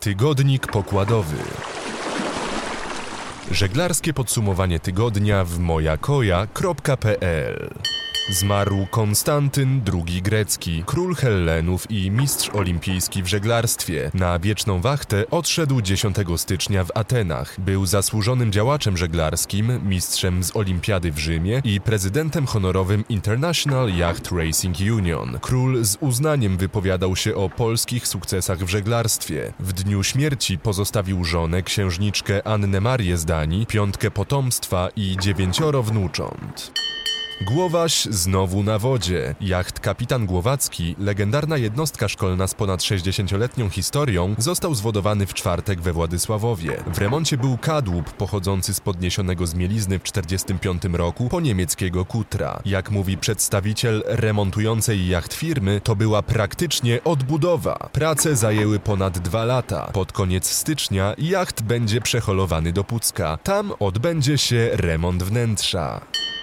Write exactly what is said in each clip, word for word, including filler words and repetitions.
Tygodnik pokładowy. Żeglarskie podsumowanie tygodnia w moja koja kropka pe el. Zmarł Konstantyn drugi Grecki, król Hellenów i mistrz olimpijski w żeglarstwie. Na wieczną wachtę odszedł dziesiątego stycznia w Atenach. Był zasłużonym działaczem żeglarskim, mistrzem z olimpiady w Rzymie i prezydentem honorowym International Yacht Racing Union. Król z uznaniem wypowiadał się o polskich sukcesach w żeglarstwie. W dniu śmierci pozostawił żonę, księżniczkę Annę Marię z Danii, piątkę potomstwa i dziewięcioro wnucząt. Głowaś znowu na wodzie. Jacht Kapitan Głowacki, legendarna jednostka szkolna z ponad sześćdziesięcioletnią historią, został zwodowany w czwartek we Władysławowie. W remoncie był kadłub pochodzący z podniesionego z mielizny w czterdziestym piątym roku po niemieckiego kutra. Jak mówi przedstawiciel remontującej jacht firmy, to była praktycznie odbudowa. Prace zajęły ponad dwa lata. Pod koniec stycznia jacht będzie przeholowany do Pucka. Tam odbędzie się remont wnętrza.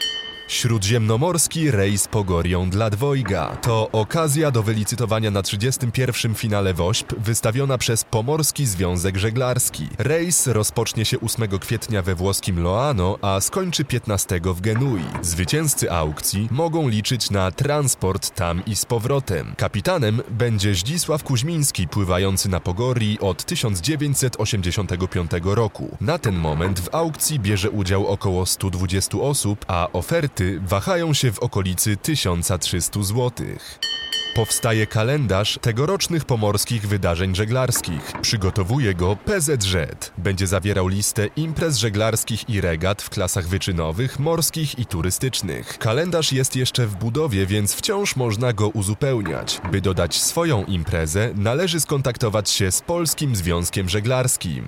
Śródziemnomorski rejs Pogorią dla dwojga. To okazja do wylicytowania na trzydziestym pierwszym finale WOŚP wystawiona przez Pomorski Związek Żeglarski. Rejs rozpocznie się ósmego kwietnia we włoskim Loano, a skończy piętnastego w Genui. Zwycięzcy aukcji mogą liczyć na transport tam i z powrotem. Kapitanem będzie Zdzisław Kuźmiński, pływający na Pogorii od tysiąc dziewięćset osiemdziesiątego piątego roku. Na ten moment w aukcji bierze udział około stu dwudziestu osób, a oferty wahają się w okolicy tysiąc trzysta złotych. Powstaje kalendarz tegorocznych pomorskich wydarzeń żeglarskich. Przygotowuje go pe zet zet. Będzie zawierał listę imprez żeglarskich i regat w klasach wyczynowych, morskich i turystycznych. Kalendarz jest jeszcze w budowie, więc wciąż można go uzupełniać. By dodać swoją imprezę, należy skontaktować się z Polskim Związkiem Żeglarskim.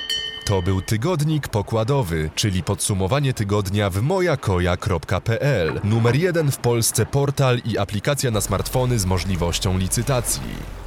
To był tygodnik pokładowy, czyli podsumowanie tygodnia w moja koja kropka pe el. Numer jeden w Polsce portal i aplikacja na smartfony z możliwością licytacji.